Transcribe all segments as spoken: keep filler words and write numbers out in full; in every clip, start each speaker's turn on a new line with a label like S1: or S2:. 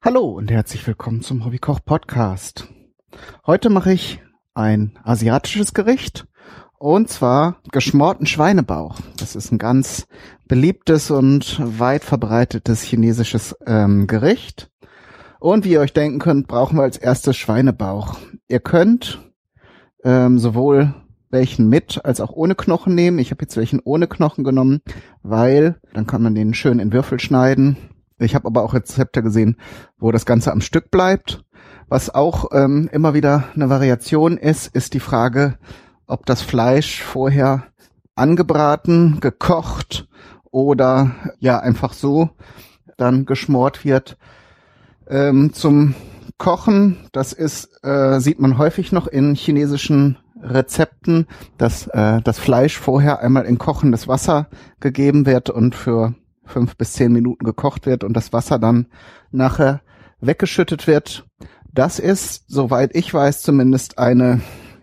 S1: Hallo und herzlich willkommen zum Hobbykoch-Podcast. Heute mache ich ein asiatisches Gericht und zwar geschmorten Schweinebauch. Das ist ein ganz beliebtes und weit verbreitetes chinesisches ähm, Gericht. Und wie ihr euch denken könnt, brauchen wir als erstes Schweinebauch. Ihr könnt ähm, sowohl welchen mit als auch ohne Knochen nehmen. Ich habe jetzt welchen ohne Knochen genommen, weil dann kann man den schön in Würfel schneiden. Ich habe aber auch Rezepte gesehen, wo das Ganze am Stück bleibt. Was auch ähm, immer wieder eine Variation ist, ist die Frage, ob das Fleisch vorher angebraten, gekocht oder ja einfach so dann geschmort wird. Ähm, zum Kochen, das ist äh, sieht man häufig noch in chinesischen Rezepten, dass äh, das Fleisch vorher einmal in kochendes Wasser gegeben wird und für fünf bis zehn Minuten gekocht wird und das Wasser dann nachher weggeschüttet wird. Das ist, soweit ich weiß, zumindest eine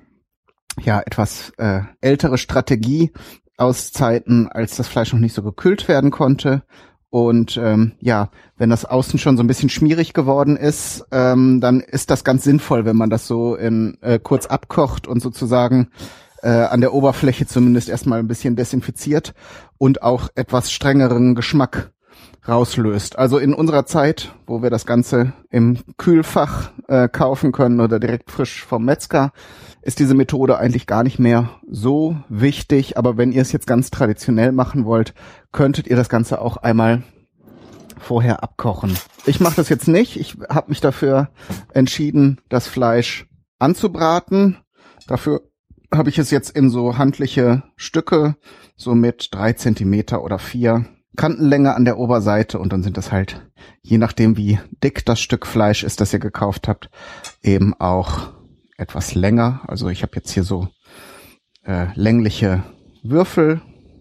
S1: ja etwas äh, ältere Strategie aus Zeiten, als das Fleisch noch nicht so gekühlt werden konnte. Und ähm, ja, wenn das außen schon so ein bisschen schmierig geworden ist, ähm, dann ist das ganz sinnvoll, wenn man das so in äh, kurz abkocht und sozusagen äh, an der Oberfläche zumindest erstmal ein bisschen desinfiziert und auch etwas strengeren Geschmack rauslöst. Also in unserer Zeit, wo wir das Ganze im Kühlfach äh, kaufen können oder direkt frisch vom Metzger, ist diese Methode eigentlich gar nicht mehr so wichtig. Aber wenn ihr es jetzt ganz traditionell machen wollt, könntet ihr das Ganze auch einmal vorher abkochen. Ich mache das jetzt nicht. Ich habe mich dafür entschieden, das Fleisch anzubraten. Dafür habe ich es jetzt in so handliche Stücke, so mit drei Zentimeter oder vier Kantenlänge an der Oberseite, und dann sind das halt, je nachdem wie dick das Stück Fleisch ist, das ihr gekauft habt, eben auch etwas länger. Also ich habe jetzt hier so äh, längliche Würfel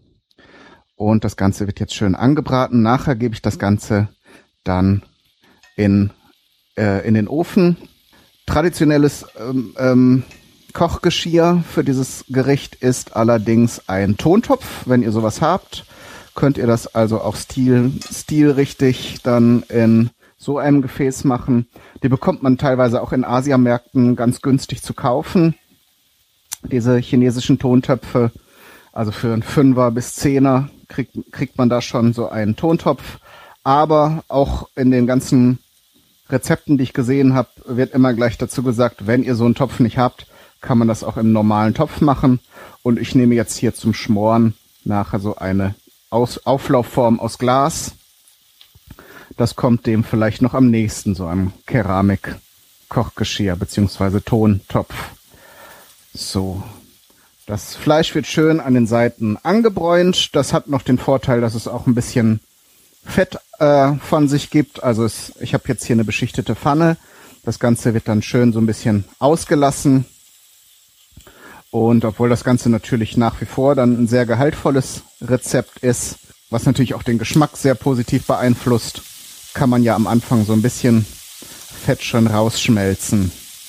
S1: und das Ganze wird jetzt schön angebraten. Nachher gebe ich das Ganze dann in äh, in den Ofen. Traditionelles ähm, ähm, Kochgeschirr für dieses Gericht ist allerdings ein Tontopf. Wenn ihr sowas habt, könnt ihr das also auch stil, stilrichtig dann in so einem Gefäß machen. Die bekommt man teilweise auch in Asiamärkten ganz günstig zu kaufen. Diese chinesischen Tontöpfe, also für einen Fünfer bis Zehner kriegt, kriegt man da schon so einen Tontopf. Aber auch in den ganzen Rezepten, die ich gesehen habe, wird immer gleich dazu gesagt, wenn ihr so einen Topf nicht habt, kann man das auch im normalen Topf machen. Und ich nehme jetzt hier zum Schmoren nachher so eine Aus- Auflaufform aus Glas. Das kommt dem vielleicht noch am nächsten, so einem Keramik-Kochgeschirr beziehungsweise Tontopf. So, das Fleisch wird schön an den Seiten angebräunt. Das hat noch den Vorteil, dass es auch ein bisschen Fett äh, von sich gibt. Also es, ich habe jetzt hier eine beschichtete Pfanne. Das Ganze wird dann schön so ein bisschen ausgelassen. Und obwohl das Ganze natürlich nach wie vor dann ein sehr gehaltvolles Rezept ist, was natürlich auch den Geschmack sehr positiv beeinflusst, kann man ja am Anfang so ein bisschen Fett schon rausschmelzen.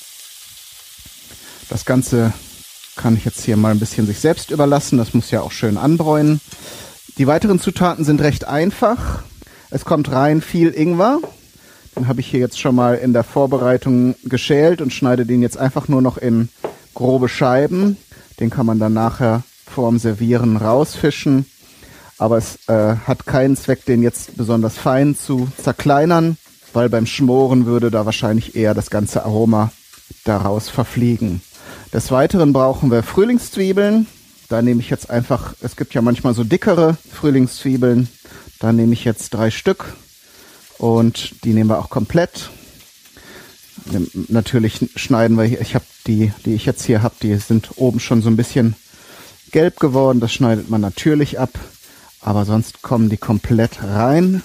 S1: Das Ganze kann ich jetzt hier mal ein bisschen sich selbst überlassen. Das muss ja auch schön anbräunen. Die weiteren Zutaten sind recht einfach. Es kommt rein viel Ingwer. Den habe ich hier jetzt schon mal in der Vorbereitung geschält und schneide den jetzt einfach nur noch in grobe Scheiben. Den kann man dann nachher vorm Servieren rausfischen. Aber es äh, hat keinen Zweck, den jetzt besonders fein zu zerkleinern, weil beim Schmoren würde da wahrscheinlich eher das ganze Aroma daraus verfliegen. Des Weiteren brauchen wir Frühlingszwiebeln. Da nehme ich jetzt einfach, es gibt ja manchmal so dickere Frühlingszwiebeln. Da nehme ich jetzt drei Stück und die nehmen wir auch komplett. Natürlich schneiden wir hier, ich habe die, die ich jetzt hier habe, die sind oben schon so ein bisschen gelb geworden. Das schneidet man natürlich ab, aber sonst kommen die komplett rein.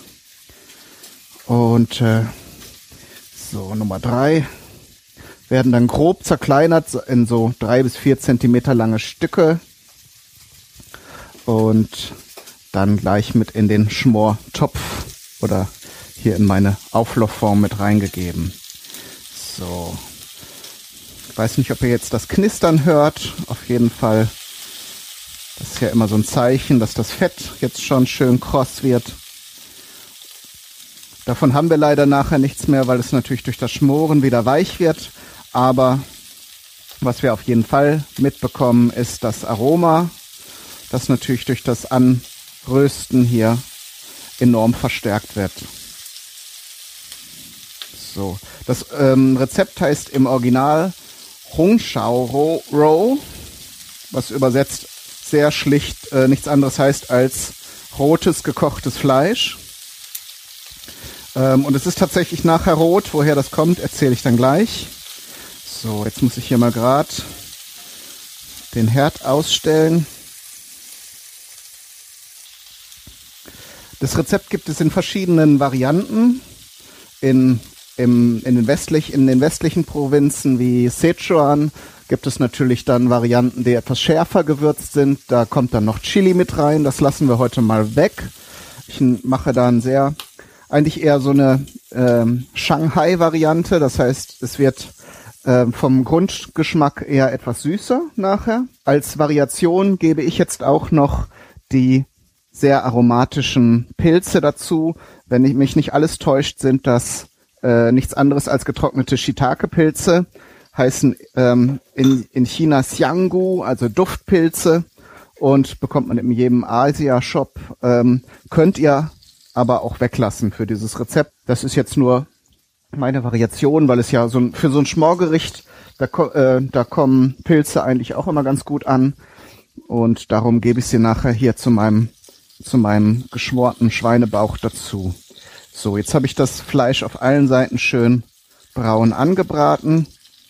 S1: Und äh, so, Nummer drei werden dann grob zerkleinert in so drei bis vier Zentimeter lange Stücke und dann gleich mit in den Schmortopf oder hier in meine Auflaufform mit reingegeben. So, ich weiß nicht, ob ihr jetzt das Knistern hört. Auf jeden Fall, das ist ja immer so ein Zeichen, dass das Fett jetzt schon schön kross wird. Davon haben wir leider nachher nichts mehr, weil es natürlich durch das Schmoren wieder weich wird. Aber was wir auf jeden Fall mitbekommen, ist das Aroma, das natürlich durch das Anrösten hier enorm verstärkt wird. So, das ähm, Rezept heißt im Original Hongshao Roe, was übersetzt sehr schlicht äh, nichts anderes heißt als rotes gekochtes Fleisch. Ähm, und es ist tatsächlich nachher rot. Woher das kommt, erzähle ich dann gleich. So, jetzt muss ich hier mal gerade den Herd ausstellen. Das Rezept gibt es in verschiedenen Varianten. In, im, in, den westlich, in den westlichen Provinzen wie Sichuan gibt es natürlich dann Varianten, die etwas schärfer gewürzt sind. Da kommt dann noch Chili mit rein. Das lassen wir heute mal weg. Ich mache da ein sehr... eigentlich eher so eine ähm, Shanghai-Variante. Das heißt, es wird äh, vom Grundgeschmack eher etwas süßer nachher. Als Variation gebe ich jetzt auch noch die sehr aromatischen Pilze dazu. Wenn ich, mich nicht alles täuscht, sind das äh, nichts anderes als getrocknete Shiitake-Pilze. Heißen ähm, in, in China Xianggu, also Duftpilze. Und bekommt man in jedem Asia-Shop. Ähm, könnt ihr aber auch weglassen für dieses Rezept. Das ist jetzt nur meine Variation, weil es ja so ein, für so ein Schmorgericht, da, äh, da kommen Pilze eigentlich auch immer ganz gut an. Und darum gebe ich sie nachher hier zu meinem, zu meinem geschmorten Schweinebauch dazu. So, jetzt habe ich das Fleisch auf allen Seiten schön braun angebraten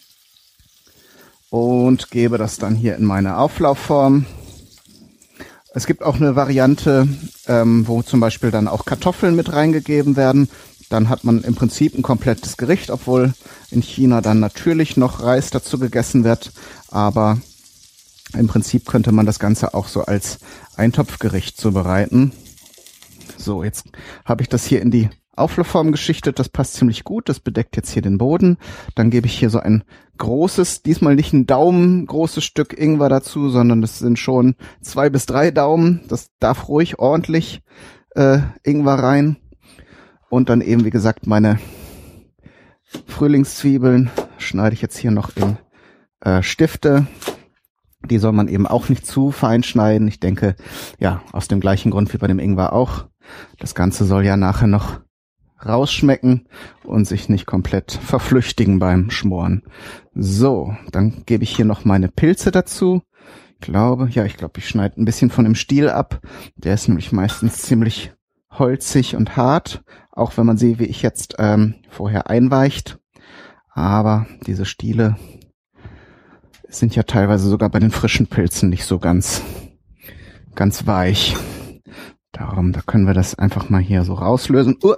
S1: und gebe das dann hier in meine Auflaufform. Es gibt auch eine Variante, ähm, wo zum Beispiel dann auch Kartoffeln mit reingegeben werden. Dann hat man im Prinzip ein komplettes Gericht, obwohl in China dann natürlich noch Reis dazu gegessen wird. Aber im Prinzip könnte man das Ganze auch so als Eintopfgericht zubereiten. So, jetzt habe ich das hier in die Auflaufform geschichtet. Das passt ziemlich gut. Das bedeckt jetzt hier den Boden. Dann gebe ich hier so ein großes, diesmal nicht ein Daumen großes Stück Ingwer dazu, sondern das sind schon zwei bis drei Daumen. Das darf ruhig ordentlich äh, Ingwer rein. Und dann eben, wie gesagt, meine Frühlingszwiebeln schneide ich jetzt hier noch in äh, Stifte. Die soll man eben auch nicht zu fein schneiden. Ich denke, ja, aus dem gleichen Grund wie bei dem Ingwer auch. Das Ganze soll ja nachher noch rausschmecken und sich nicht komplett verflüchtigen beim Schmoren. So, dann gebe ich hier noch meine Pilze dazu. Ich glaube, ja, ich glaube, ich schneide ein bisschen von dem Stiel ab. Der ist nämlich meistens ziemlich holzig und hart, auch wenn man sie, wie ich jetzt, ähm, vorher einweicht. Aber diese Stiele sind ja teilweise sogar bei den frischen Pilzen nicht so ganz, ganz weich. Darum, da können wir das einfach mal hier so rauslösen. Uh.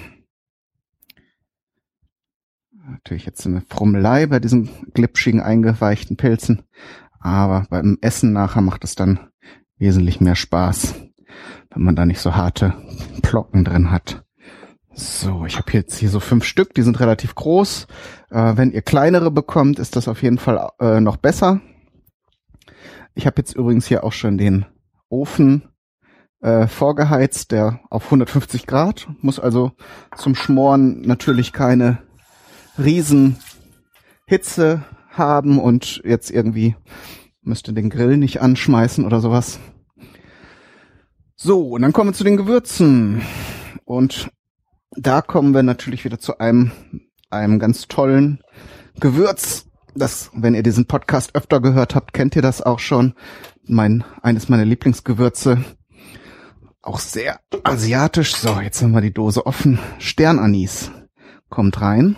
S1: Natürlich jetzt eine Frummelei bei diesen glitschigen, eingeweichten Pilzen. Aber beim Essen nachher macht es dann wesentlich mehr Spaß, wenn man da nicht so harte Plocken drin hat. So, ich habe jetzt hier so fünf Stück, die sind relativ groß. Äh, wenn ihr kleinere bekommt, ist das auf jeden Fall äh, noch besser. Ich habe jetzt übrigens hier auch schon den Ofen äh, vorgeheizt, der auf hundertfünfzig Grad, muss also zum Schmoren natürlich keine riesen Hitze haben und jetzt irgendwie müsste den Grill nicht anschmeißen oder sowas. So, und dann kommen wir zu den Gewürzen. Und da kommen wir natürlich wieder zu einem, einem ganz tollen Gewürz. Das, wenn ihr diesen Podcast öfter gehört habt, kennt ihr das auch schon. Mein, eines meiner Lieblingsgewürze. Auch sehr asiatisch. So, jetzt haben wir die Dose offen. Sternanis kommt rein.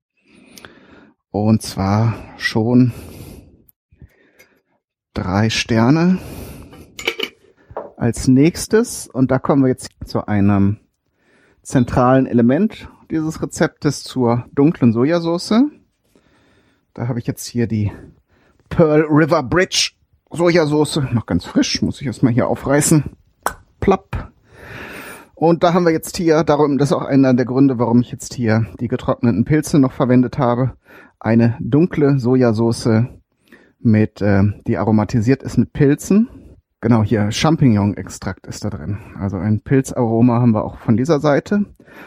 S1: Und zwar schon drei Sterne als nächstes. Und da kommen wir jetzt zu einem zentralen Element dieses Rezeptes, zur dunklen Sojasauce. Da habe ich jetzt hier die Pearl River Bridge Sojasauce. Noch ganz frisch, muss ich erstmal hier aufreißen. Plopp. Und da haben wir jetzt hier, darum, das ist auch einer der Gründe, warum ich jetzt hier die getrockneten Pilze noch verwendet habe, eine dunkle Sojasauce mit, äh, die aromatisiert ist mit Pilzen. Genau, hier Champignon-Extrakt ist da drin. Also ein Pilzaroma haben wir auch von dieser Seite. Da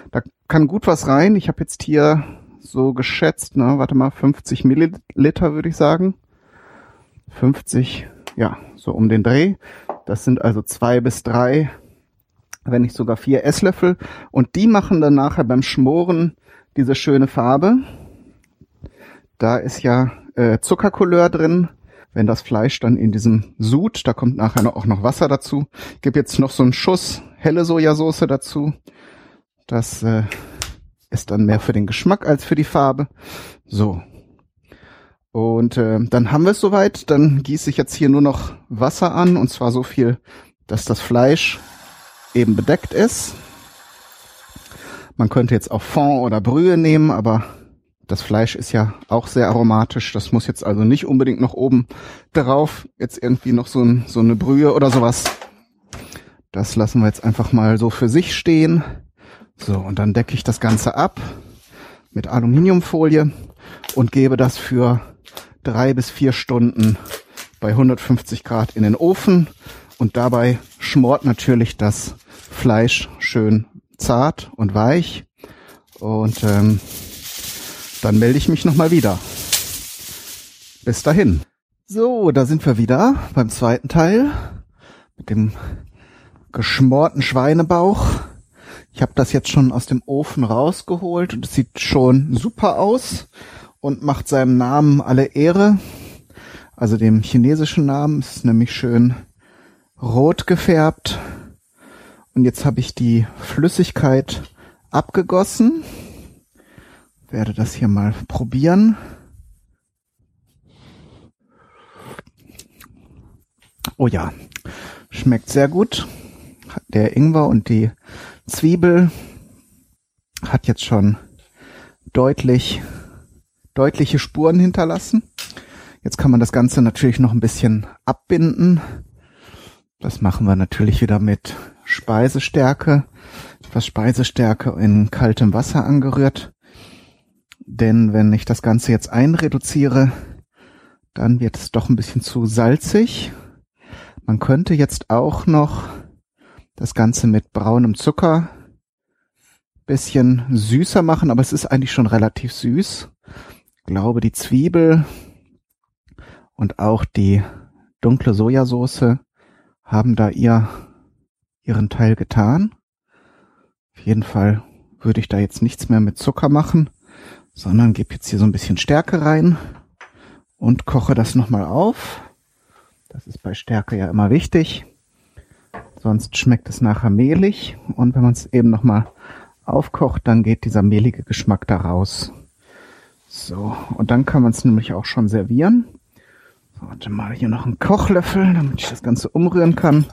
S1: kann gut was rein. Ich habe jetzt hier so geschätzt, ne, warte mal, fünfzig Milliliter würde ich sagen. fünfzig, ja, so um den Dreh. Das sind also zwei bis drei, wenn nicht sogar vier Esslöffel. Und die machen dann nachher beim Schmoren diese schöne Farbe. Da ist ja äh, Zuckercouleur drin. Wenn das Fleisch dann in diesem Sud, da kommt nachher noch, auch noch Wasser dazu. Ich gebe jetzt noch so einen Schuss helle Sojasauce dazu. Das äh, ist dann mehr für den Geschmack als für die Farbe. So. Und äh, dann haben wir es soweit. Dann gieße ich jetzt hier nur noch Wasser an. Und zwar so viel, dass das Fleisch eben bedeckt ist. Man könnte jetzt auch Fond oder Brühe nehmen, aber das Fleisch ist ja auch sehr aromatisch. Das muss jetzt also nicht unbedingt noch oben drauf. Jetzt irgendwie noch so, ein, so eine Brühe oder sowas. Das lassen wir jetzt einfach mal so für sich stehen. So, und dann decke ich das Ganze ab mit Aluminiumfolie und gebe das für drei bis vier Stunden bei hundertfünfzig Grad in den Ofen. Und dabei schmort natürlich das Fleisch schön zart und weich. Und ähm, dann melde ich mich nochmal wieder. Bis dahin. So, da sind wir wieder beim zweiten Teil mit dem geschmorten Schweinebauch. Ich habe das jetzt schon aus dem Ofen rausgeholt und es sieht schon super aus und macht seinem Namen alle Ehre. Also dem chinesischen Namen. Es ist nämlich schön rot gefärbt. Und jetzt habe ich die Flüssigkeit abgegossen. Werde das hier mal probieren. Oh ja, schmeckt sehr gut. Der Ingwer und die Zwiebel hat jetzt schon deutlich, deutliche Spuren hinterlassen. Jetzt kann man das Ganze natürlich noch ein bisschen abbinden. Das machen wir natürlich wieder mit Speisestärke. Etwas Speisestärke in kaltem Wasser angerührt. Denn wenn ich das Ganze jetzt einreduziere, dann wird es doch ein bisschen zu salzig. Man könnte jetzt auch noch das Ganze mit braunem Zucker bisschen süßer machen, aber es ist eigentlich schon relativ süß. Ich glaube, die Zwiebel und auch die dunkle Sojasauce haben da ihr ihren Teil getan. Auf jeden Fall würde ich da jetzt nichts mehr mit Zucker machen, sondern gebe jetzt hier so ein bisschen Stärke rein und koche das nochmal auf. Das ist bei Stärke ja immer wichtig. Sonst schmeckt es nachher mehlig. Und wenn man es eben nochmal aufkocht, dann geht dieser mehlige Geschmack da raus. So, und dann kann man es nämlich auch schon servieren. So, warte mal, hier noch einen Kochlöffel, damit ich das Ganze umrühren kann.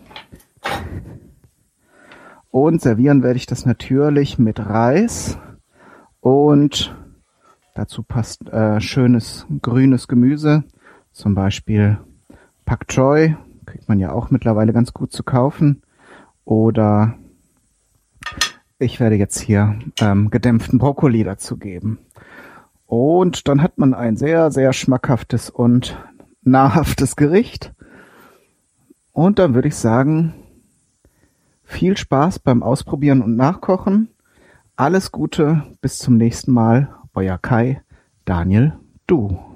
S1: Und servieren werde ich das natürlich mit Reis. Und dazu passt äh, schönes grünes Gemüse, zum Beispiel Pak Choi, kriegt man ja auch mittlerweile ganz gut zu kaufen. Oder ich werde jetzt hier ähm, gedämpften Brokkoli dazu geben. Und dann hat man ein sehr, sehr schmackhaftes und nahrhaftes Gericht. Und dann würde ich sagen, viel Spaß beim Ausprobieren und Nachkochen. Alles Gute, bis zum nächsten Mal. Euer Kai, Daniel, du.